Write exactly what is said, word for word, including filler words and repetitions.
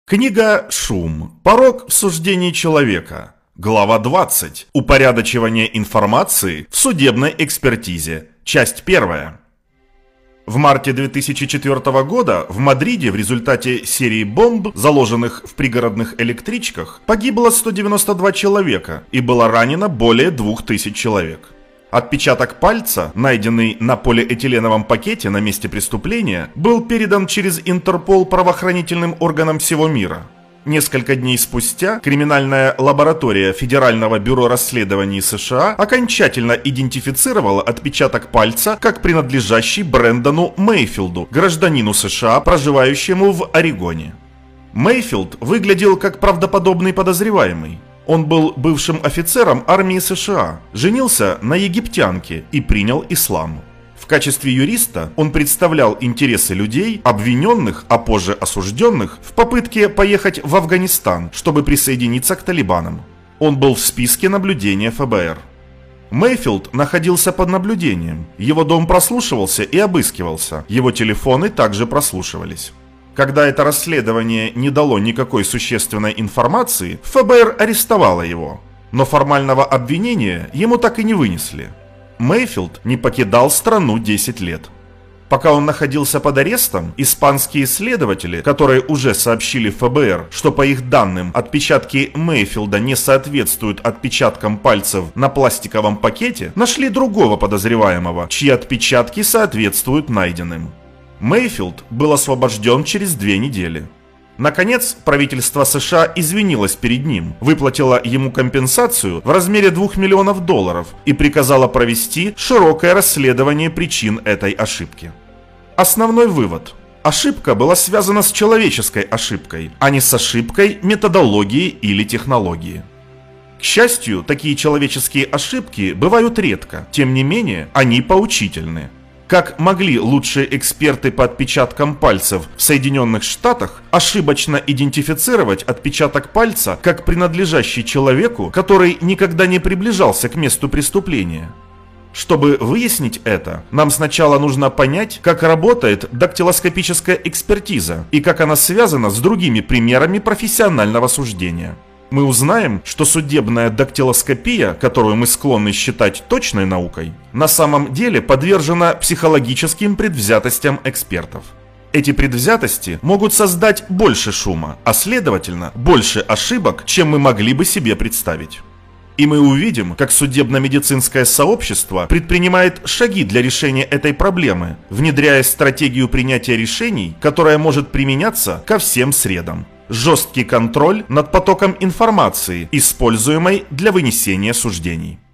Книга «Шум. Порог в суждении человека». Глава двадцать. Упорядочивание информации в судебной экспертизе. Часть первая. В марте две тысячи четвёртого года в Мадриде в результате серии бомб, заложенных в пригородных электричках, погибло сто девяносто два человека и было ранено более двух тысяч человек. Отпечаток пальца, найденный на полиэтиленовом пакете на месте преступления, был передан через Интерпол правоохранительным органам всего мира. Несколько дней спустя криминальная лаборатория Федерального бюро расследований США окончательно идентифицировала отпечаток пальца как принадлежащий Брэндону Мейфилду, гражданину США, проживающему в Орегоне. Мейфилд выглядел как правдоподобный подозреваемый. Он был бывшим офицером армии США, женился на египтянке и принял ислам. В качестве юриста он представлял интересы людей, обвиненных, а позже осужденных, в попытке поехать в Афганистан, чтобы присоединиться к талибанам. Он был в списке наблюдения эф бэ эр. Мейфилд находился под наблюдением, его дом прослушивался и обыскивался, его телефоны также прослушивались. Когда это расследование не дало никакой существенной информации, эф бэ эр арестовало его, но формального обвинения ему так и не вынесли. Мейфилд не покидал страну десять лет. Пока он находился под арестом, испанские следователи, которые уже сообщили эф бэ эр, что по их данным отпечатки Мейфилда не соответствуют отпечаткам пальцев на пластиковом пакете, нашли другого подозреваемого, чьи отпечатки соответствуют найденным. Мейфилд был освобожден через две недели. Наконец, правительство США извинилось перед ним, выплатило ему компенсацию в размере двух миллионов долларов и приказало провести широкое расследование причин этой ошибки. Основной вывод. Ошибка была связана с человеческой ошибкой, а не с ошибкой методологии или технологии. К счастью, такие человеческие ошибки бывают редко, тем не менее, они поучительны. Как могли лучшие эксперты по отпечаткам пальцев в Соединенных Штатах ошибочно идентифицировать отпечаток пальца как принадлежащий человеку, который никогда не приближался к месту преступления? Чтобы выяснить это, нам сначала нужно понять, как работает дактилоскопическая экспертиза и как она связана с другими примерами профессионального суждения. Мы узнаем, что судебная дактилоскопия, которую мы склонны считать точной наукой, на самом деле подвержена психологическим предвзятостям экспертов. Эти предвзятости могут создать больше шума, а следовательно, больше ошибок, чем мы могли бы себе представить. И мы увидим, как судебно-медицинское сообщество предпринимает шаги для решения этой проблемы, внедряя стратегию принятия решений, которая может применяться ко всем средам. Жесткий контроль над потоком информации, используемой для вынесения суждений.